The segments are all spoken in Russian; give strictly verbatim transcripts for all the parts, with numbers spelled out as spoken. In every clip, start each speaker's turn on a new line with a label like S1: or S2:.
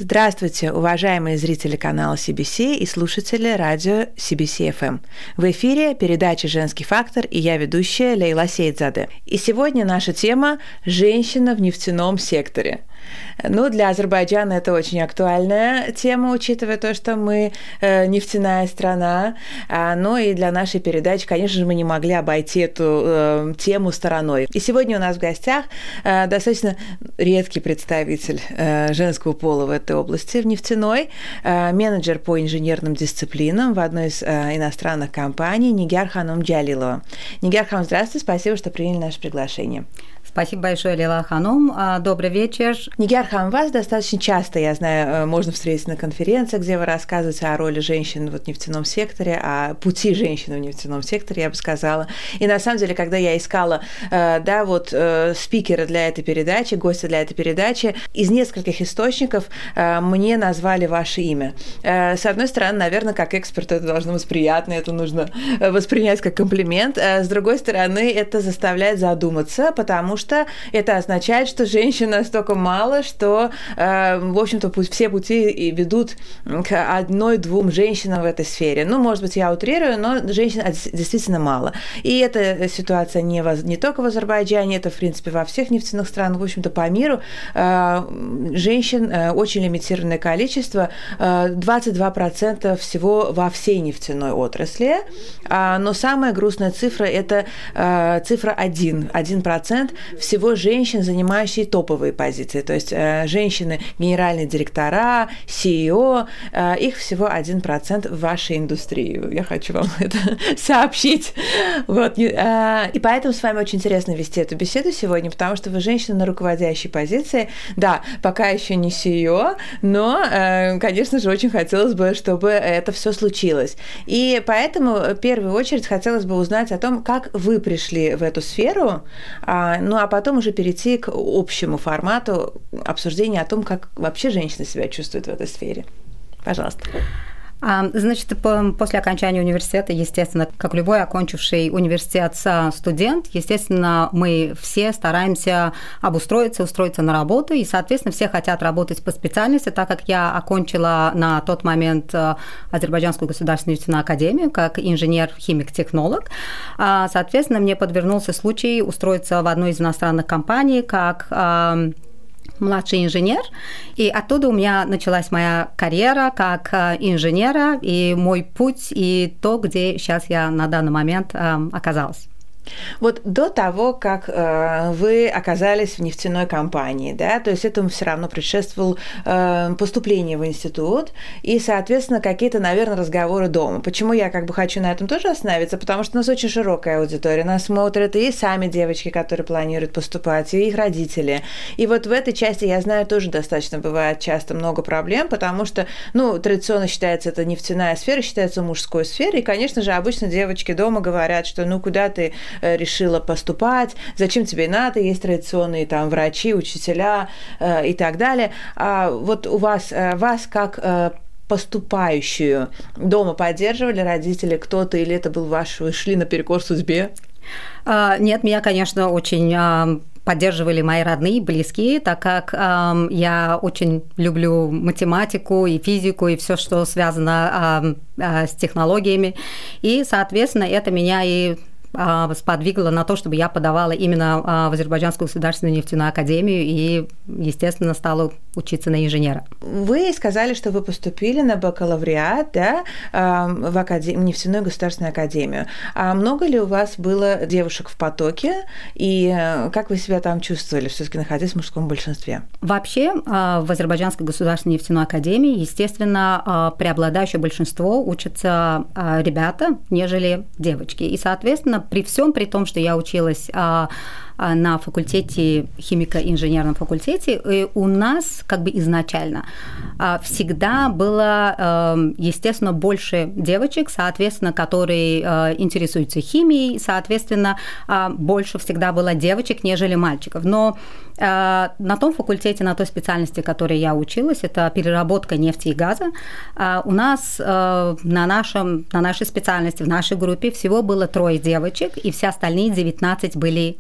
S1: Здравствуйте, уважаемые зрители канала си би си и слушатели радио си би си эф эм. В эфире передача «Женский фактор» и я ведущая Лейла Сейдзаде. И сегодня наша тема «Женщина в нефтяном секторе». Ну, для Азербайджана это очень актуальная тема, учитывая то, что мы э, нефтяная страна. А, ну и для нашей передачи, конечно же, мы не могли обойти эту э, тему стороной. И сегодня у нас в гостях э, достаточно редкий представитель э, женского пола в этой области, в нефтяной, э, менеджер по инженерным дисциплинам в одной из э, иностранных компаний Нигар Ханум Джалилова. Нигар Ханум, здравствуйте, спасибо, что приняли наше приглашение.
S2: Спасибо большое, Лейла Ханум. Добрый вечер.
S1: Нигар Ханум, вас достаточно часто, я знаю, можно встретить на конференциях, где вы рассказываете о роли женщин в нефтяном секторе, о пути женщины в нефтяном секторе, я бы сказала. И на самом деле, когда я искала, да, вот спикера для этой передачи, гостя для этой передачи, из нескольких источников мне назвали ваше имя. С одной стороны, наверное, как эксперт это должно быть приятно, это нужно воспринять как комплимент. С другой стороны, это заставляет задуматься, потому что что это означает, что женщин настолько мало, что, в общем-то, все пути ведут к одной-двум женщинам в этой сфере. Ну, может быть, я утрирую, но женщин действительно мало. И эта ситуация не, воз... не только в Азербайджане, это, в принципе, во всех нефтяных странах, в общем-то, по миру. Женщин очень лимитированное количество, двадцать два процента всего во всей нефтяной отрасли. Но самая грустная цифра – это цифра один, один процент всего женщин, занимающие топовые позиции. То есть э, женщины, генеральные директора, си и о, э, их всего один процент в вашей индустрии. Я хочу вам это сообщить. Вот. Э, и поэтому с вами очень интересно вести эту беседу сегодня, потому что вы женщина на руководящей позиции. Да, пока еще не си и о, но, э, конечно же, очень хотелось бы, чтобы это все случилось. И поэтому в первую очередь хотелось бы узнать о том, как вы пришли в эту сферу, э, ну а потом уже перейти к общему формату обсуждения о том, как вообще женщина себя чувствует в этой сфере. Пожалуйста.
S2: Значит, после окончания университета, естественно, как любой окончивший университет студент, естественно, мы все стараемся обустроиться, устроиться на работу, и, соответственно, все хотят работать по специальности, так как я окончила на тот момент Азербайджанскую государственную нефтяную академию как инженер-химик-технолог. Соответственно, мне подвернулся случай устроиться в одну из иностранных компаний как младший инженер, и оттуда у меня началась моя карьера как инженера, и мой путь, и то, где сейчас я на данный момент оказалась.
S1: Вот до того, как э, вы оказались в нефтяной компании, да, то есть этому все равно предшествовало э, поступление в институт и, соответственно, какие-то, наверное, разговоры дома. Почему я как бы хочу на этом тоже остановиться? Потому что у нас очень широкая аудитория, нас смотрят и сами девочки, которые планируют поступать, и их родители. И вот в этой части, я знаю, тоже достаточно бывает часто много проблем, потому что, ну, традиционно считается, это нефтяная сфера, считается мужской сферой, и, конечно же, обычно девочки дома говорят, что ну куда ты решила поступать, зачем тебе надо, есть традиционные там врачи, учителя э, и так далее. А вот у вас, э, вас как э, поступающую дома поддерживали родители, кто-то, или это был ваш, вы шли наперекор судьбе?
S2: Нет, меня, конечно, очень поддерживали мои родные, близкие, так как э, я очень люблю математику и физику, и все, что связано э, э, с технологиями. И, соответственно, это меня и сподвигло на то, чтобы я подавала именно в Азербайджанскую государственную нефтяную академию и, естественно, стала учиться на инженера.
S1: Вы сказали, что вы поступили на бакалавриат, да, в, академ... в нефтяную государственную академию. А много ли у вас было девушек в потоке, и как вы себя там чувствовали, все-таки находясь в мужском большинстве?
S2: Вообще, в Азербайджанской государственной нефтяной академии, естественно, преобладающее большинство учатся ребята, нежели девочки. И, соответственно, при всем при том, что я училась а, а, на факультете, химико-инженерном факультете, и у нас как бы изначально а, всегда было, а, естественно, больше девочек, соответственно, которые а, интересуются химией, соответственно, а, больше всегда было девочек, нежели мальчиков. Но а, на том факультете, на той специальности, которой я училась, это переработка нефти и газа, а, у нас а, на, нашем, на нашей специальности, в нашей группе всего было трое девочек, и все остальные девятнадцать были ребята.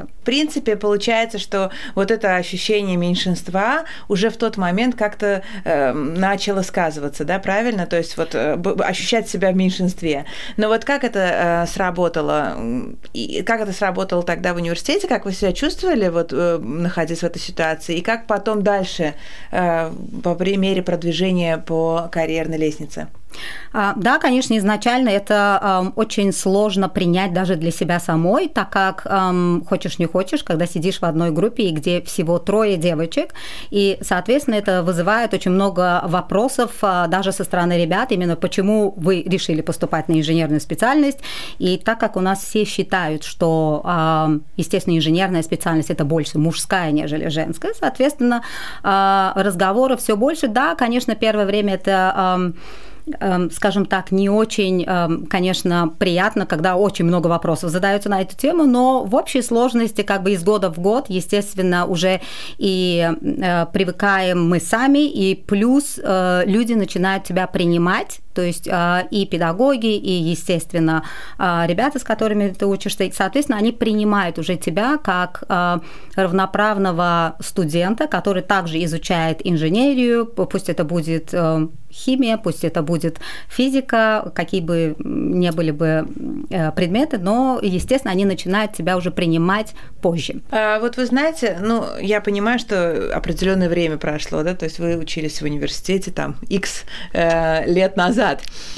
S2: ребята.
S1: В принципе, получается, что вот это ощущение меньшинства уже в тот момент как-то э, начало сказываться, да, правильно? То есть вот э, ощущать себя в меньшинстве. Но вот как это э, сработало? И как это сработало тогда в университете? Как вы себя чувствовали, вот, э, находясь в этой ситуации? И как потом дальше э, по мере продвижения по карьерной лестнице?
S2: Да, конечно, изначально это э, очень сложно принять даже для себя самой, так как э, хочешь не хочешь, когда сидишь в одной группе, и где всего трое девочек, и, соответственно, это вызывает очень много вопросов э, даже со стороны ребят, именно почему вы решили поступать на инженерную специальность, и так как у нас все считают, что, э, естественно, инженерная специальность – это больше мужская, нежели женская, соответственно, э, разговоров все больше. Да, конечно, первое время это… Э, скажем так, не очень, конечно, приятно, когда очень много вопросов задаются на эту тему, но в общей сложности как бы из года в год, естественно, уже и привыкаем мы сами, и плюс люди начинают тебя принимать, то есть и педагоги, и, естественно, ребята, с которыми ты учишься, соответственно, они принимают уже тебя как равноправного студента, который также изучает инженерию, пусть это будет химия, пусть это будет физика, какие бы ни были бы предметы, но, естественно, они начинают тебя уже принимать позже.
S1: А вот вы знаете, ну, я понимаю, что определенное время прошло, да, то есть вы учились в университете там X э, лет назад,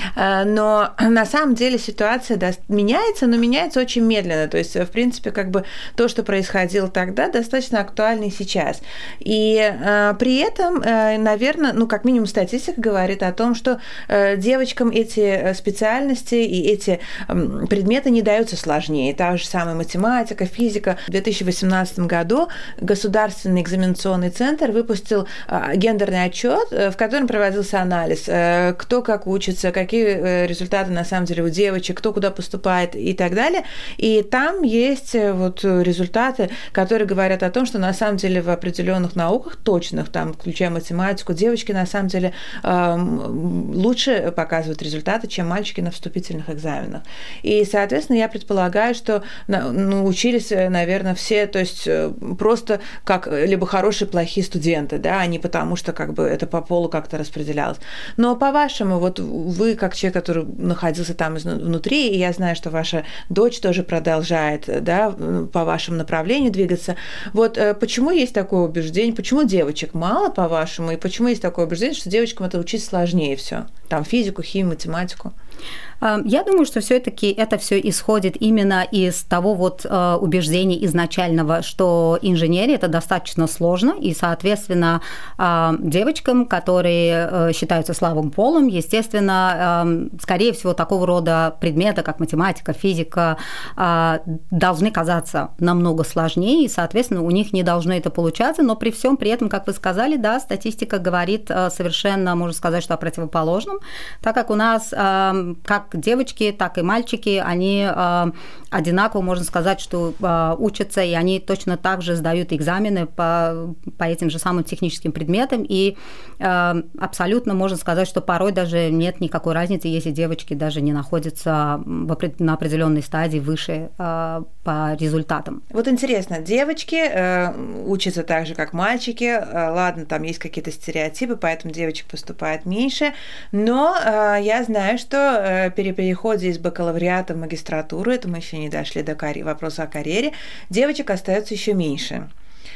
S1: но на самом деле ситуация, да, меняется, но меняется очень медленно, то есть, в принципе, как бы то, что происходило тогда, достаточно актуально и сейчас. И э, при этом, э, наверное, ну, как минимум статистика говорит, говорит о том, что девочкам эти специальности и эти предметы не даются сложнее. Та же самая математика, физика. В две тысячи восемнадцатом году Государственный экзаменационный центр выпустил гендерный отчет, в котором проводился анализ, кто как учится, какие результаты на самом деле у девочек, кто куда поступает и так далее. И там есть вот результаты, которые говорят о том, что на самом деле в определенных науках точных, там, включая математику, девочки на самом деле лучше показывают результаты, чем мальчики на вступительных экзаменах. И, соответственно, я предполагаю, что ну, учились, наверное, все, то есть просто как либо хорошие, плохие студенты, да, а не потому, что как бы это по полу как-то распределялось. Но по-вашему, вот вы, как человек, который находился там внутри, и я знаю, что ваша дочь тоже продолжает, да, по вашему направлению двигаться, вот почему есть такое убеждение, почему девочек мало, по-вашему, и почему есть такое убеждение, что девочкам это учить сложнее все, там физику, химию, математику?
S2: Я думаю, что все-таки это все исходит именно из того вот убеждения изначального, что инженерия – это достаточно сложно, и, соответственно, девочкам, которые считаются слабым полом, естественно, скорее всего, такого рода предметы, как математика, физика, должны казаться намного сложнее, и, соответственно, у них не должно это получаться, но при всем при этом, как вы сказали, да, статистика говорит совершенно, можно сказать, что о противоположном, так как у нас как девочки, так и мальчики, они э, одинаково, можно сказать, что э, учатся, и они точно так же сдают экзамены по, по этим же самым техническим предметам, и э, абсолютно можно сказать, что порой даже нет никакой разницы, если девочки даже не находятся в, на определенной стадии выше э, по результатам.
S1: Вот интересно, девочки э, учатся так же, как мальчики, э, ладно, там есть какие-то стереотипы, поэтому девочек поступает меньше, но э, я знаю, что э, при переходе из бакалавриата в магистратуру, это мы еще не дошли до карь... вопроса о карьере, девочек остается еще меньше.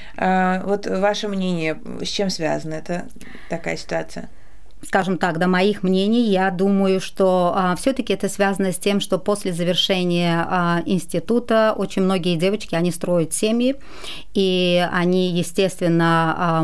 S1: Вот ваше мнение, с чем связана эта такая ситуация?
S2: Скажем так, до моих мнений, я думаю, что а, все-таки это связано с тем, что после завершения а, института очень многие девочки, они строят семьи, и они, естественно, а,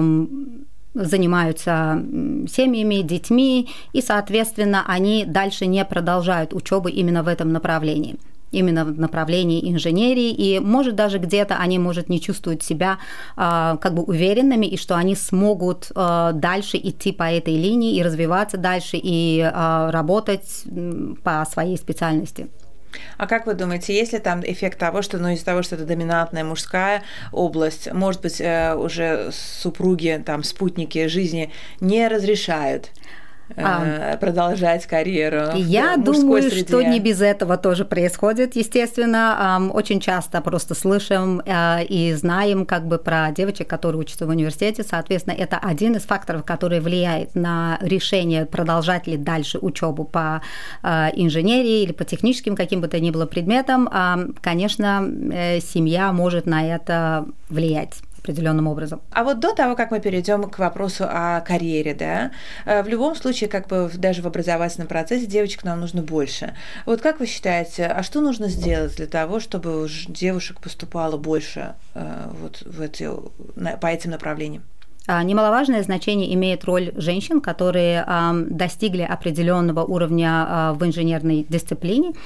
S2: занимаются семьями, детьми, и, соответственно, они дальше не продолжают учебу именно в этом направлении, именно в направлении инженерии, и, может, даже где-то они, может, не чувствуют себя а, как бы уверенными, и что они смогут а, дальше идти по этой линии и развиваться дальше, и а, работать по своей специальности.
S1: А как вы думаете, есть ли там эффект того, что, ну, из-за того, что это доминантная мужская область, может быть, уже супруги, там, спутники жизни не разрешают? а, продолжать карьеру.
S2: Я думаю, среде. Что не без этого тоже происходит, естественно. Очень часто просто слышим и знаем как бы про девочек, которые учатся в университете. Соответственно, это один из факторов, который влияет на решение, продолжать ли дальше учебу по инженерии или по техническим каким бы то ни было предметам. Конечно, семья может на это влиять определенным образом.
S1: А вот до того, как мы перейдем к вопросу о карьере, да, в любом случае, как бы даже в образовательном процессе девочек нам нужно больше. Вот как вы считаете, а что нужно сделать для того, чтобы девушек поступало больше вот в эти, по этим направлениям?
S2: Немаловажное значение имеет роль женщин, которые достигли определенного уровня в инженерной дисциплине,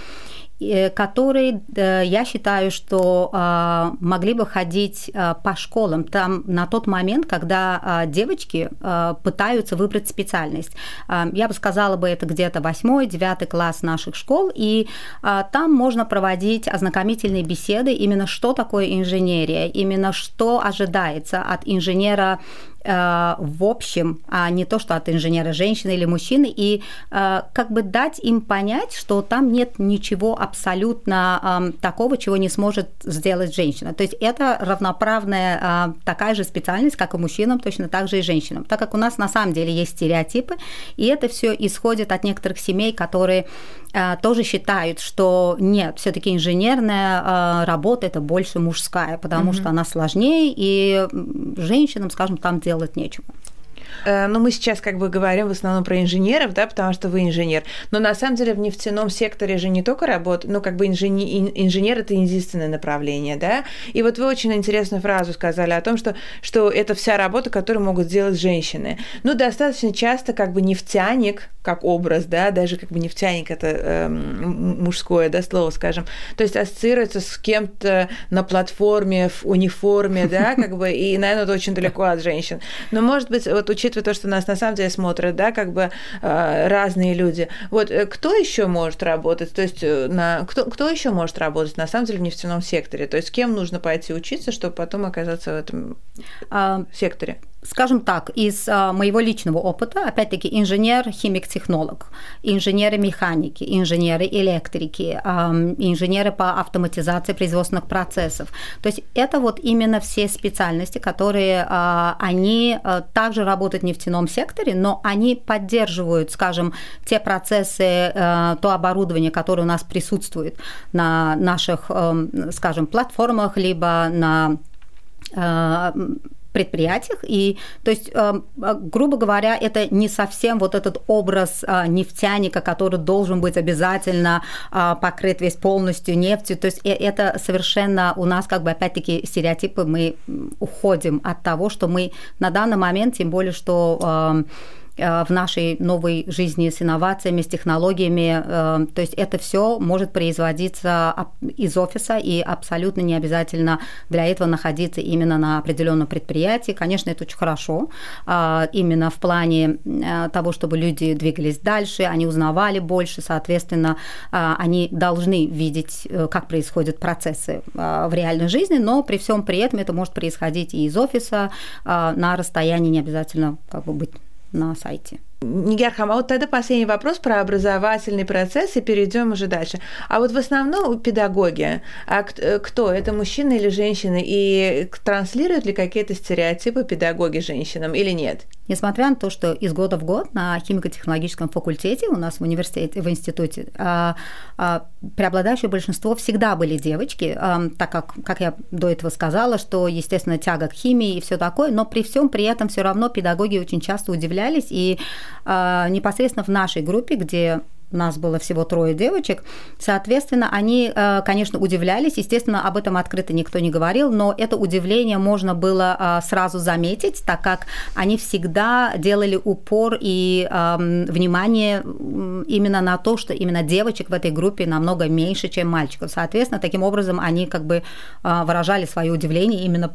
S2: которые, я считаю, что могли бы ходить по школам там на тот момент, когда девочки пытаются выбрать специальность. Я бы сказала бы, это где-то восьмой, девятый класс наших школ, и там можно проводить ознакомительные беседы, именно что такое инженерия, именно что ожидается от инженера в общем, а не то, что от инженера женщины или мужчины, и как бы дать им понять, что там нет ничего абсолютно такого, чего не сможет сделать женщина. То есть это равноправная такая же специальность, как и мужчинам, точно так же и женщинам. Так как у нас на самом деле есть стереотипы, и это все исходит от некоторых семей, которые тоже считают, что нет, все-таки инженерная работа это больше мужская, потому mm-hmm. что она сложнее, и женщинам, скажем, там делать нечего.
S1: Но мы сейчас как бы говорим в основном про инженеров, да, потому что вы инженер. Но на самом деле в нефтяном секторе же не только работа, ну как бы инженер, инженер это единственное направление, да. И вот вы очень интересную фразу сказали о том, что, что это вся работа, которую могут сделать женщины. Ну достаточно часто как бы нефтяник, как образ, да, даже как бы нефтяник это э, мужское, да, слово, скажем, то есть ассоциируется с кем-то на платформе, в униформе, да, как бы, и, наверное, это очень далеко от женщин. Но, может быть, вот учитывая то, что нас на самом деле смотрят, да, как бы э, разные люди, вот кто еще может работать, то есть на, кто, кто еще может работать на самом деле в нефтяном секторе, то есть с кем нужно пойти учиться, чтобы потом оказаться в этом а... секторе?
S2: Скажем так, из моего личного опыта, опять-таки, инженер, химик-технолог, инженеры-механики, инженеры-электрики, инженеры по автоматизации производственных процессов. То есть это вот именно все специальности, которые они также работают в нефтяном секторе, но они поддерживают, скажем, те процессы, то оборудование, которое у нас присутствует на наших, скажем, платформах, либо на предприятиях, и, то есть, грубо говоря, это не совсем вот этот образ нефтяника, который должен быть обязательно покрыт весь полностью нефтью, то есть это совершенно у нас, как бы, опять-таки, стереотипы, мы уходим от того, что мы на данный момент, тем более, что в нашей новой жизни с инновациями, с технологиями. То есть это все может производиться из офиса, и абсолютно не обязательно для этого находиться именно на определенном предприятии. Конечно, это очень хорошо, именно в плане того, чтобы люди двигались дальше, они узнавали больше, соответственно, они должны видеть, как происходят процессы в реальной жизни, но при всем при этом это может происходить и из офиса, на расстоянии, не обязательно как бы быть на сайте.
S1: Нигар Хам, а вот тогда последний вопрос про образовательный процесс, и перейдем уже дальше. А вот в основном педагоги, а кто? Это мужчины или женщины? И транслируют ли какие-то стереотипы педагоги женщинам или нет?
S2: Несмотря на то, что из года в год на химико-технологическом факультете у нас в университете, в институте, преобладающее большинство всегда были девочки, так как, как я до этого сказала, что, естественно, тяга к химии и все такое, но при всем при этом все равно педагоги очень часто удивлялись, и непосредственно в нашей группе, где у нас было всего трое девочек, соответственно, они, конечно, удивлялись, естественно, об этом открыто никто не говорил, но это удивление можно было сразу заметить, так как они всегда делали упор и внимание именно на то, что именно девочек в этой группе намного меньше, чем мальчиков. Соответственно, таким образом они как бы выражали свое удивление именно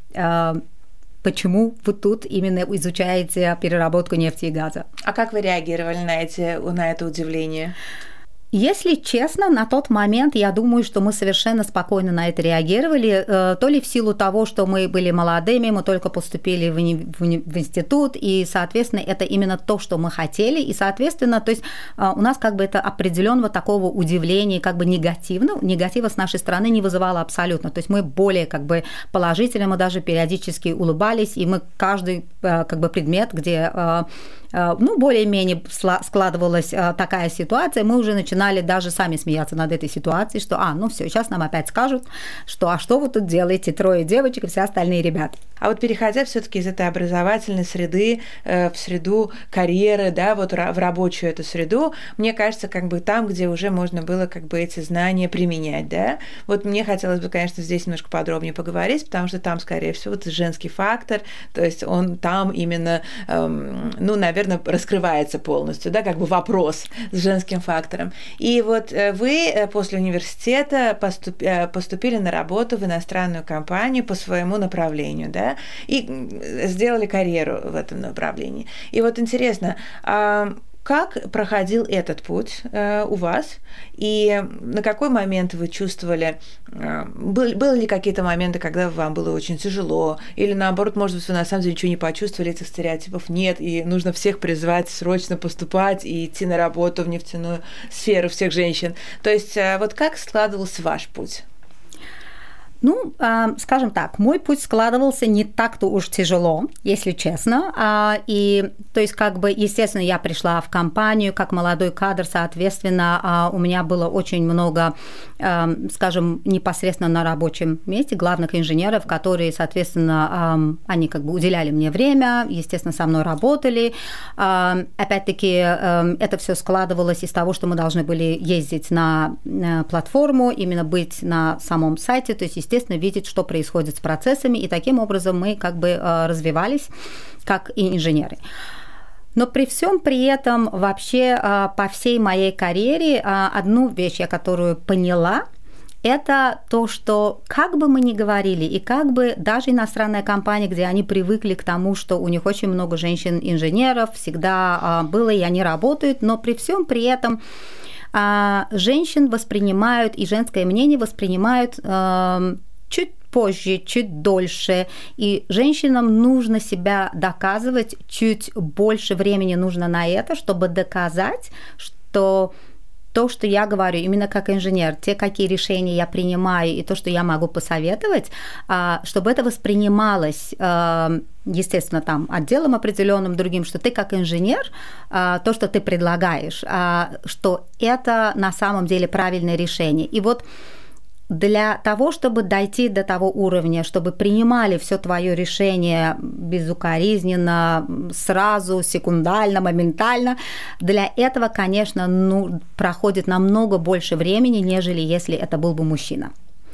S2: почему вы тут именно изучаете переработку нефти и газа.
S1: А как вы реагировали на, эти, на это удивление?
S2: Если честно, на тот момент я думаю, что мы совершенно спокойно на это реагировали, то ли в силу того, что мы были молодыми, мы только поступили в, уни- в, уни- в институт, и, соответственно, это именно то, что мы хотели, и, соответственно, то есть у нас как бы это определенного такого удивления, как бы негативного, негатива с нашей стороны не вызывало абсолютно, то есть мы более как бы положительно, мы даже периодически улыбались, и мы каждый как бы предмет, где ну, более-менее складывалась такая ситуация, мы уже начинали даже сами смеяться над этой ситуацией, что, а, ну все, сейчас нам опять скажут, что, а что вы тут делаете, трое девочек и все остальные ребята.
S1: А вот переходя все-таки из этой образовательной среды э, в среду карьеры, да, вот в рабочую эту среду, мне кажется, как бы там, где уже можно было как бы эти знания применять, да, вот мне хотелось бы, конечно, здесь немножко подробнее поговорить, потому что там, скорее всего, вот женский фактор, то есть он там именно, эм, ну, наверное, раскрывается полностью, да, как бы вопрос с женским фактором. И вот вы после университета поступ, поступили на работу в иностранную компанию по своему направлению, да, и сделали карьеру в этом направлении. И вот интересно, как проходил этот путь э, у вас, и на какой момент вы чувствовали, э, был, были ли какие-то моменты, когда вам было очень тяжело, или наоборот, может быть, вы на самом деле ничего не почувствовали, этих стереотипов нет, и нужно всех призвать срочно поступать и идти на работу в нефтяную сферу всех женщин. То есть э, вот как складывался ваш путь?
S2: Ну, скажем так, мой путь складывался не так-то уж тяжело, если честно. И, то есть, как бы, естественно, я пришла в компанию как молодой кадр, соответственно, у меня было очень много, скажем, непосредственно на рабочем месте главных инженеров, которые, соответственно, они как бы уделяли мне время, естественно, со мной работали. Опять-таки, это все складывалось из того, что мы должны были ездить на платформу, именно быть на самом сайте, то есть, естественно, видеть, что происходит с процессами, и таким образом мы как бы развивались как и инженеры. Но при всем при этом вообще по всей моей карьере одну вещь, я которую поняла, это то, что как бы мы ни говорили, и как бы даже иностранная компания, где они привыкли к тому, что у них очень много женщин-инженеров, всегда было, и они работают, но при всем при этом женщин воспринимают, и женское мнение воспринимают э, чуть позже, чуть дольше, и женщинам нужно себя доказывать, чуть больше времени нужно на это, чтобы доказать, что то, что я говорю, именно как инженер, те, какие решения я принимаю, и то, что я могу посоветовать, чтобы это воспринималось, естественно, там, отделом определенным другим, что ты как инженер, то, что ты предлагаешь, что это на самом деле правильное решение. И вот для того, чтобы дойти до того уровня, чтобы принимали все твое решение безукоризненно, сразу, секундально, моментально, для этого, конечно, ну, проходит намного больше времени, нежели если это был бы мужчина.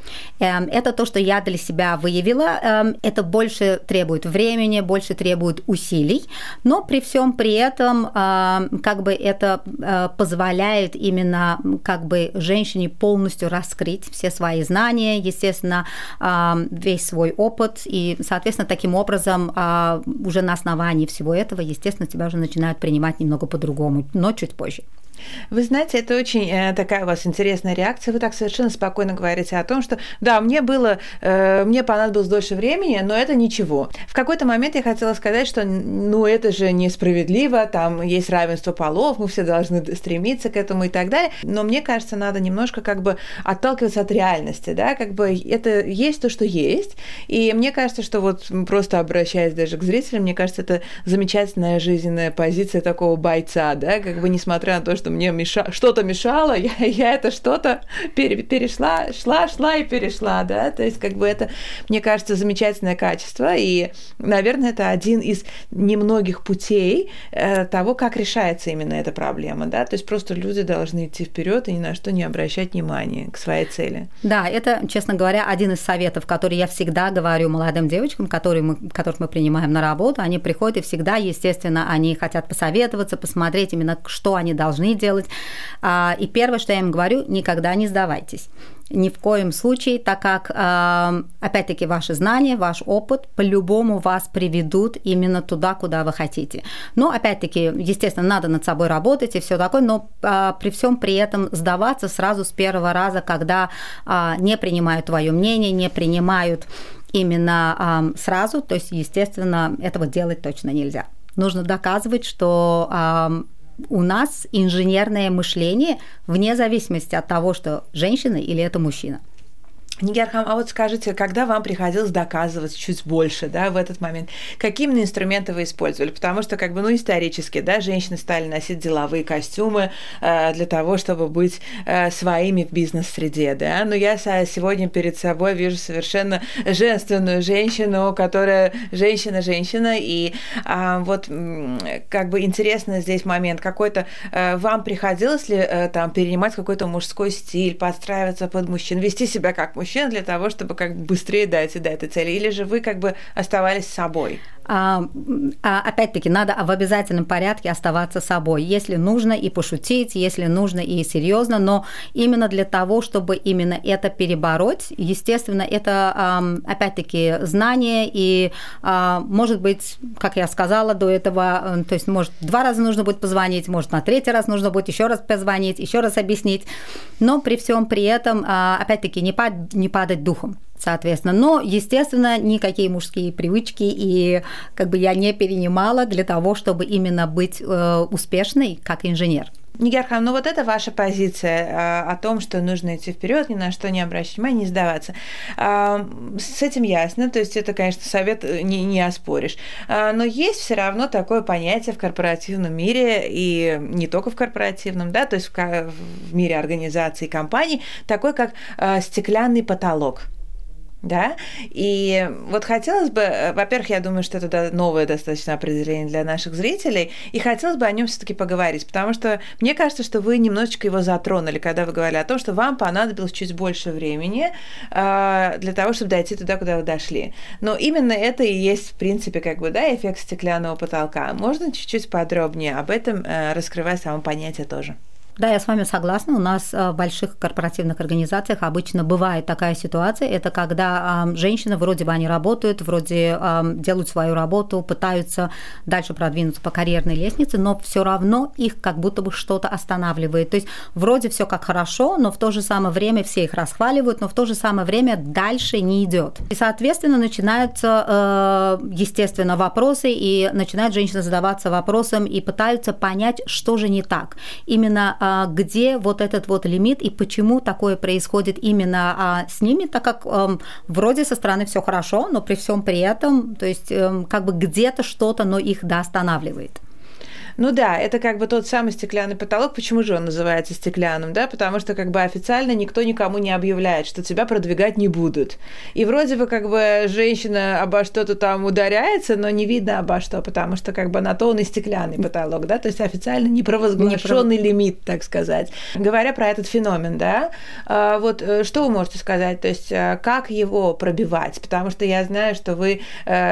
S2: Это то, что я для себя выявила. Это больше требует времени, больше требует усилий, но при всем при этом как бы это позволяет именно как бы женщине полностью раскрыть все свои знания, естественно, весь свой опыт, и, соответственно, таким образом уже на основании всего этого, естественно, тебя уже начинают принимать немного по-другому, но чуть позже.
S1: Вы знаете, это очень э, такая у вас интересная реакция. Вы так совершенно спокойно говорите о том, что да, мне было, э, мне понадобилось дольше времени, но это ничего. В какой-то момент я хотела сказать, что ну это же несправедливо, там есть равенство полов, мы все должны стремиться к этому и так далее. Но мне кажется, надо немножко как бы отталкиваться от реальности, да, как бы это есть то, что есть. И мне кажется, что вот просто обращаясь даже к зрителям, мне кажется, это замечательная жизненная позиция такого бойца, да, как бы несмотря на то, что мне меша... что-то мешало, я, я это что-то перешла, шла, шла и перешла, да, то есть как бы это, мне кажется, замечательное качество, и, наверное, это один из немногих путей э, того, как решается именно эта проблема, да, то есть просто люди должны идти вперед и ни на что не обращать внимания к своей цели.
S2: Да, это, честно говоря, один из советов, который я всегда говорю молодым девочкам, которые мы, которых мы принимаем на работу, они приходят и всегда, естественно, они хотят посоветоваться, посмотреть именно, что они должны должны делать. И первое, что я им говорю, никогда не сдавайтесь. Ни в коем случае, так как, опять-таки, ваши знания, ваш опыт по-любому вас приведут именно туда, куда вы хотите. Но, опять-таки, естественно, надо над собой работать и все такое, но при всем при этом сдаваться сразу с первого раза, когда не принимают твое мнение, не принимают именно сразу, то есть, естественно, этого делать точно нельзя. Нужно доказывать, что у нас инженерное мышление вне зависимости от того, что женщина или это мужчина.
S1: Нигерхам, а вот скажите, когда вам приходилось доказывать чуть больше, да, в этот момент, какие именно инструменты вы использовали? Потому что, как бы, ну, исторически, да, женщины стали носить деловые костюмы э, для того, чтобы быть э, своими в бизнес-среде, да, но я сегодня перед собой вижу совершенно женственную женщину, которая женщина-женщина, и э, вот, как бы, интересно здесь момент какой-то, э, вам приходилось ли э, там перенимать какой-то мужской стиль, подстраиваться под мужчин, вести себя как мужчина, для того, чтобы как бы быстрее дойти до этой цели? Или же вы как бы оставались собой?
S2: А, опять-таки, надо в обязательном порядке оставаться собой. Если нужно и пошутить, если нужно и серьезно, но именно для того, чтобы именно это перебороть, естественно, это, опять-таки, знание и, может быть, как я сказала до этого, то есть, может, два раза нужно будет позвонить, может, на третий раз нужно будет еще раз позвонить, еще раз объяснить, но при всем при этом, опять-таки, не падать, не падать духом. Соответственно, но, естественно, никакие мужские привычки и как бы я не перенимала для того, чтобы именно быть э, успешной как инженер.
S1: Нигерхам, ну вот это ваша позиция а, о том, что нужно идти вперед, ни на что не обращать внимания, не сдаваться. А, с этим ясно, то есть это, конечно, совет не, не оспоришь. А, но есть все равно такое понятие в корпоративном мире, и не только в корпоративном, да, то есть в, в мире организаций и компаний, такой как а, стеклянный потолок. Да, и вот хотелось бы, во-первых, я думаю, что это новое достаточно определение для наших зрителей, и хотелось бы о нем все-таки поговорить, потому что мне кажется, что вы немножечко его затронули, когда вы говорили о том, что вам понадобилось чуть больше времени для того, чтобы дойти туда, куда вы дошли. Но именно это и есть, в принципе, как бы, да, эффект стеклянного потолка. Можно чуть-чуть подробнее об этом раскрывать само понятие тоже?
S2: Да, я с вами согласна. У нас в больших корпоративных организациях обычно бывает такая ситуация. Это когда э, женщины, вроде бы они работают, вроде э, делают свою работу, пытаются дальше продвинуться по карьерной лестнице, но все равно их как будто бы что-то останавливает. То есть вроде все как хорошо, но в то же самое время все их расхваливают, но в то же самое время дальше не идет. И, соответственно, начинаются, э, естественно, вопросы, и начинают женщины задаваться вопросом и пытаются понять, что же не так. Именно где вот этот вот лимит и почему такое происходит именно а, с ними, так как эм, вроде со стороны все хорошо, но при всем при этом, то есть эм, как бы где-то что-то, но их доостанавливает.
S1: Ну да, это как бы тот самый стеклянный потолок. Почему же он называется стеклянным, да? Потому что как бы официально никто никому не объявляет, что тебя продвигать не будут. И вроде бы как бы женщина обо что-то там ударяется, но не видно обо что, потому что как бы на то он и стеклянный потолок, да? То есть официально не провозглашенный не лимит, так сказать. Говоря про этот феномен, да, вот что вы можете сказать? То есть как его пробивать? Потому что я знаю, что вы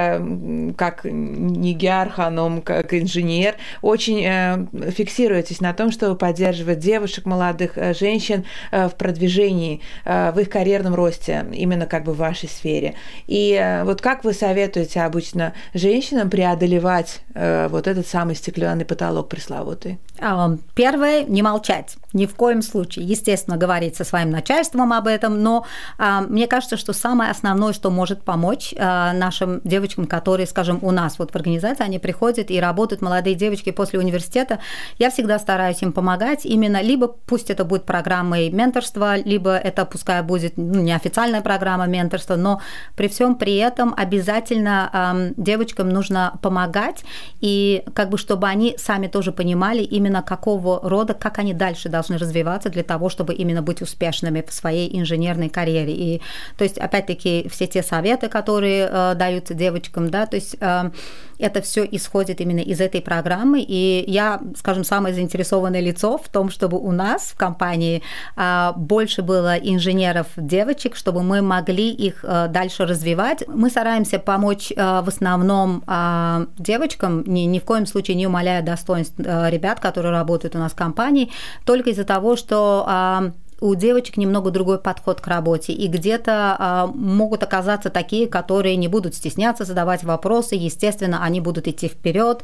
S1: как Нигер Ханом, как инженер, очень э, фиксируетесь на том, чтобы поддерживать девушек, молодых э, женщин э, в продвижении, э, в их карьерном росте, именно как бы в вашей сфере. И э, вот как вы советуете обычно женщинам преодолевать э, вот этот самый стеклянный потолок пресловутый?
S2: Первое, не молчать. Ни в коем случае. Естественно, говорить со своим начальством об этом, но а, мне кажется, что самое основное, что может помочь а, нашим девочкам, которые, скажем, у нас вот в организации, они приходят и работают, молодые девочки после университета, я всегда стараюсь им помогать именно, либо пусть это будет программой менторства, либо это пускай будет ну, неофициальная программа менторства, но при всем при этом обязательно а, девочкам нужно помогать, и как бы чтобы они сами тоже понимали именно какого рода, как они дальше должны должны развиваться для того, чтобы именно быть успешными в своей инженерной карьере. И, то есть, опять-таки, все те советы, которые э, даются девочкам, да, то есть э, это все исходит именно из этой программы, и я, скажем, самое заинтересованное лицо в том, чтобы у нас в компании больше было инженеров девочек, чтобы мы могли их дальше развивать. Мы стараемся помочь в основном девочкам, ни, ни в коем случае не умаляя достоинств ребят, которые работают у нас в компании, только из-за того, что у девочек немного другой подход к работе, и где-то а, могут оказаться такие, которые не будут стесняться задавать вопросы, естественно, они будут идти вперед,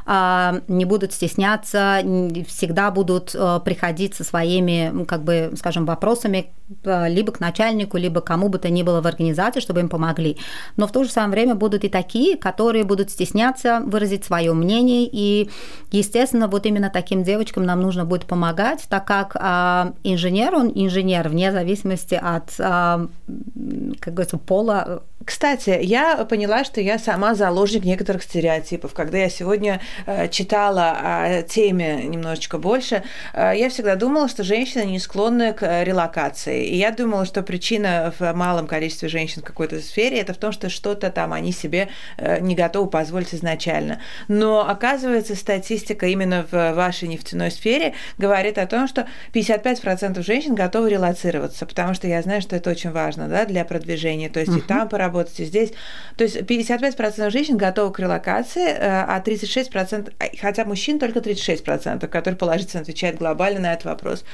S2: а, не будут стесняться, всегда будут а, приходить со своими, как бы, скажем, вопросами а, либо к начальнику, либо кому бы то ни было в организации, чтобы им помогли. Но в то же самое время будут и такие, которые будут стесняться выразить свое мнение, и, естественно, вот именно таким девочкам нам нужно будет помогать, так как а, инженер, он инженер, вне зависимости от, как говорится, пола.
S1: Кстати, я поняла, что я сама заложник некоторых стереотипов. Когда я сегодня читала о теме немножечко больше, я всегда думала, что женщины не склонны к релокации. И я думала, что причина в малом количестве женщин в какой-то сфере – это в том, что что-то там они себе не готовы позволить изначально. Но, оказывается, статистика именно в вашей нефтяной сфере говорит о том, что пятьдесят пять процентов женщин готовы релоцироваться, потому что я знаю, что это очень важно, да, для продвижения. То есть uh-huh. и там поработать, и здесь. То есть пятьдесят пять процентов женщин готовы к релокации, а тридцать шесть процентов, хотя мужчин только тридцать шесть процентов, которые положительно отвечают глобально на этот вопрос.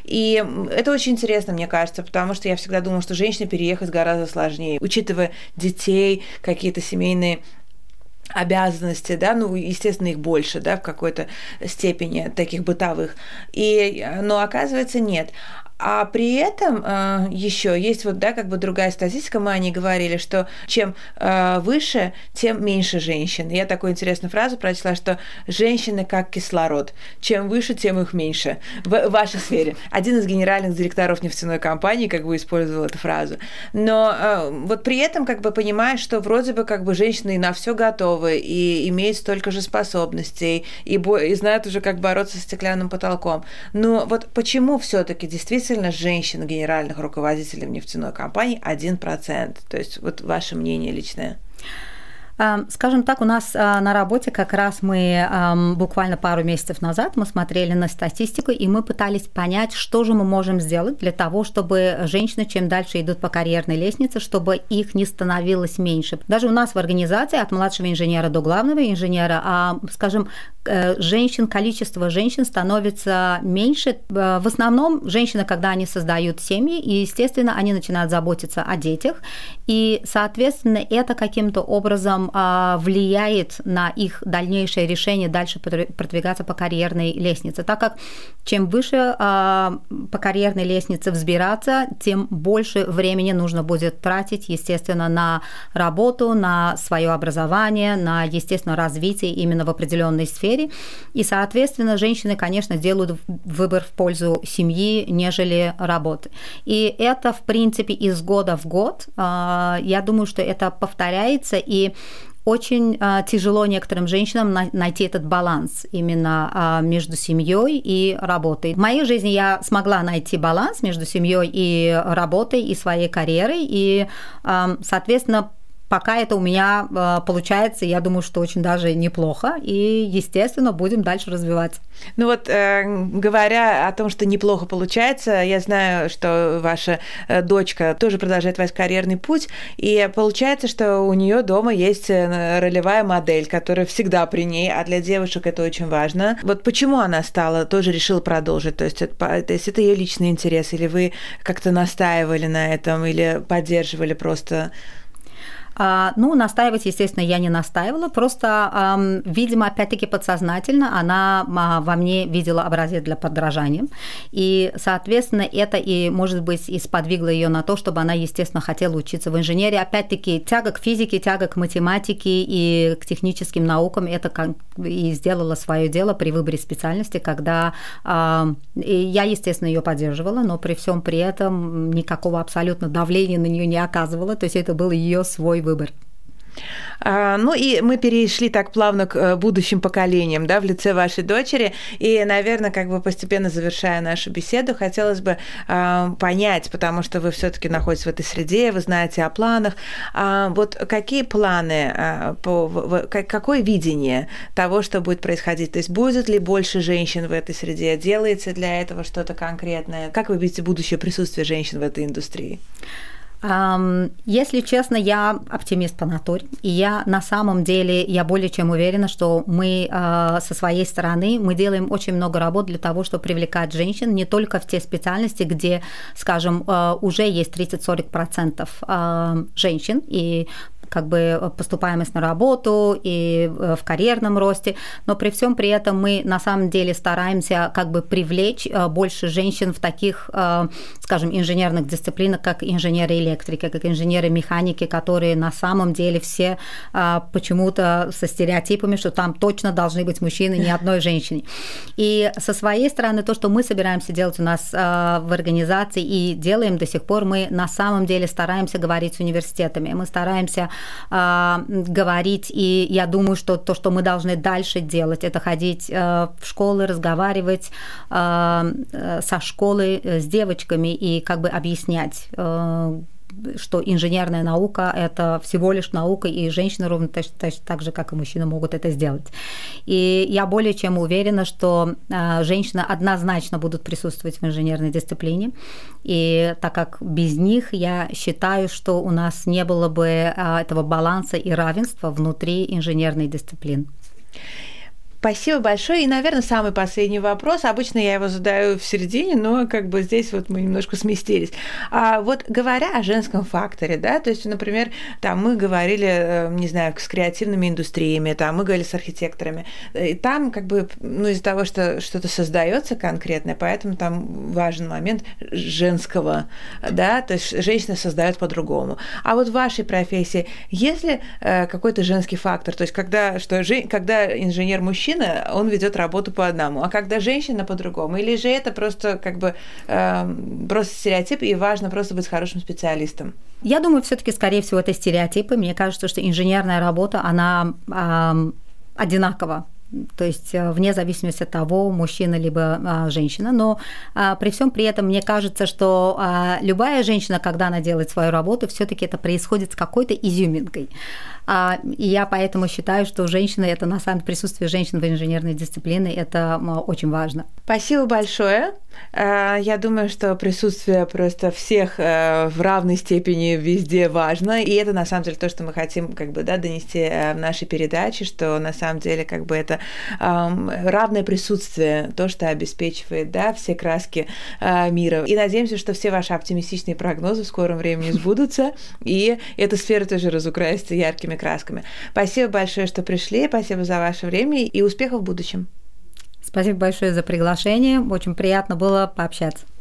S1: И это очень интересно, мне кажется, потому что я всегда думала, что женщине переехать гораздо сложнее, учитывая детей, какие-то семейные обязанности, да, ну, естественно, их больше, да, в какой-то степени таких бытовых. И, но оказывается, нет. А при этом э, еще есть вот, да, как бы другая статистика, мы о ней говорили, что чем э, выше, тем меньше женщин. Я такую интересную фразу прочла, что женщины как кислород. Чем выше, тем их меньше. В вашей сфере. Один из генеральных директоров нефтяной компании как бы использовал эту фразу. Но э, вот при этом как бы понимаешь, что вроде бы как бы женщины на все готовы и имеют столько же способностей и, бо- и знают уже, как бороться с стеклянным потолком. Но вот почему все-таки действительно женщин генеральных руководителей в нефтяной компании один процент. То есть вот ваше мнение личное.
S2: Скажем так, у нас на работе как раз мы буквально пару месяцев назад мы смотрели на статистику, и мы пытались понять, что же мы можем сделать для того, чтобы женщины, чем дальше идут по карьерной лестнице, чтобы их не становилось меньше. Даже у нас в организации от младшего инженера до главного инженера, скажем, женщин, количество женщин становится меньше. В основном женщины, когда они создают семьи, и, естественно, они начинают заботиться о детях, и, соответственно, это каким-то образом влияет на их дальнейшее решение дальше продвигаться по карьерной лестнице, так как чем выше по карьерной лестнице взбираться, тем больше времени нужно будет тратить, естественно, на работу, на свое образование, на, естественно, развитие именно в определенной сфере. И, соответственно, женщины, конечно, делают выбор в пользу семьи, нежели работы. И это, в принципе, из года в год. Я думаю, что это повторяется, и очень а, тяжело некоторым женщинам на, найти этот баланс именно а, между семьей и работой. В моей жизни я смогла найти баланс между семьей и работой, и своей карьерой, и, а, соответственно, пока это у меня получается, я думаю, что очень даже неплохо, и, естественно, будем дальше развивать.
S1: Ну вот, говоря о том, что неплохо получается, я знаю, что ваша дочка тоже продолжает ваш карьерный путь, и получается, что у нее дома есть ролевая модель, которая всегда при ней, а для девушек это очень важно. Вот почему она стала, тоже решила продолжить? То есть это, то есть это ее личный интерес, или вы как-то настаивали на этом, или поддерживали просто?
S2: Ну, настаивать, естественно, я не настаивала, просто, видимо, опять-таки подсознательно она во мне видела образец для подражания, и, соответственно, это и, может быть, и сподвигло ее на то, чтобы она, естественно, хотела учиться в инженерии. Опять-таки, тяга к физике, тяга к математике и к техническим наукам, это и сделала свое дело при выборе специальности, когда я, естественно, ее поддерживала, но при всем при этом никакого абсолютно давления на нее не оказывала, то есть это был ее свой выбор.
S1: Ну и мы перешли так плавно к будущим поколениям, да, в лице вашей дочери. И, наверное, как бы постепенно завершая нашу беседу, хотелось бы понять, потому что вы все-таки находитесь в этой среде, вы знаете о планах. Вот какие планы, какое видение того, что будет происходить? То есть будет ли больше женщин в этой среде? Делается для этого что-то конкретное? Как вы видите будущее присутствие женщин в этой индустрии?
S2: Если честно, я оптимист по натуре, и я на самом деле, я более чем уверена, что мы со своей стороны, мы делаем очень много работ для того, чтобы привлекать женщин не только в те специальности, где, скажем, уже есть тридцать-сорок процентов женщин, и как бы поступаемость на работу и в карьерном росте, но при всем при этом мы на самом деле стараемся как бы привлечь больше женщин в таких, скажем, инженерных дисциплинах, как инженеры-электрики, как инженеры-механики, которые на самом деле все почему-то со стереотипами, что там точно должны быть мужчины, ни одной женщины. И со своей стороны то, что мы собираемся делать у нас в организации и делаем до сих пор, мы на самом деле стараемся говорить с университетами, мы стараемся говорить, и я думаю, что то, что мы должны дальше делать, это ходить в школы, разговаривать со школой с девочками и как бы объяснять, что инженерная наука – это всего лишь наука, и женщины ровно точно, точно так же, как и мужчины, могут это сделать. И я более чем уверена, что женщины однозначно будут присутствовать в инженерной дисциплине, и так как без них, я считаю, что у нас не было бы этого баланса и равенства внутри инженерной дисциплины.
S1: Спасибо большое. И, наверное, самый последний вопрос. Обычно я его задаю в середине, но как бы здесь вот мы немножко сместились. А вот говоря о женском факторе, да, то есть, например, там мы говорили, не знаю, с креативными индустриями, там мы говорили с архитекторами, и там как бы, ну, из-за того, что что-то создается конкретное, поэтому там важен момент женского, да, то есть женщина создает по-другому. А вот в вашей профессии есть ли какой-то женский фактор, то есть когда, что, когда инженер-мужчина, он ведет работу по одному, а когда женщина по-другому, или же это просто как бы э, просто стереотип, и важно просто быть хорошим специалистом?
S2: Я думаю, все-таки, скорее всего, это стереотипы. Мне кажется, что инженерная работа, она э, одинакова. То есть вне зависимости от того, мужчина либо а, женщина. Но а, при всем при этом мне кажется, что а, любая женщина, когда она делает свою работу, все-таки это происходит с какой-то изюминкой. А, и я поэтому считаю, что женщина, это на самом деле присутствие женщин в инженерной дисциплине, это а, очень важно.
S1: Спасибо большое. Я думаю, что присутствие просто всех в равной степени везде важно, и это на самом деле то, что мы хотим как бы, да, донести в нашей передаче, что на самом деле как бы это равное присутствие, то, что обеспечивает, да, все краски мира. И надеемся, что все ваши оптимистичные прогнозы в скором времени сбудутся, и эта сфера тоже разукрасится яркими красками. Спасибо большое, что пришли, спасибо за ваше время и успехов в будущем.
S2: Спасибо большое за приглашение. Очень приятно было пообщаться.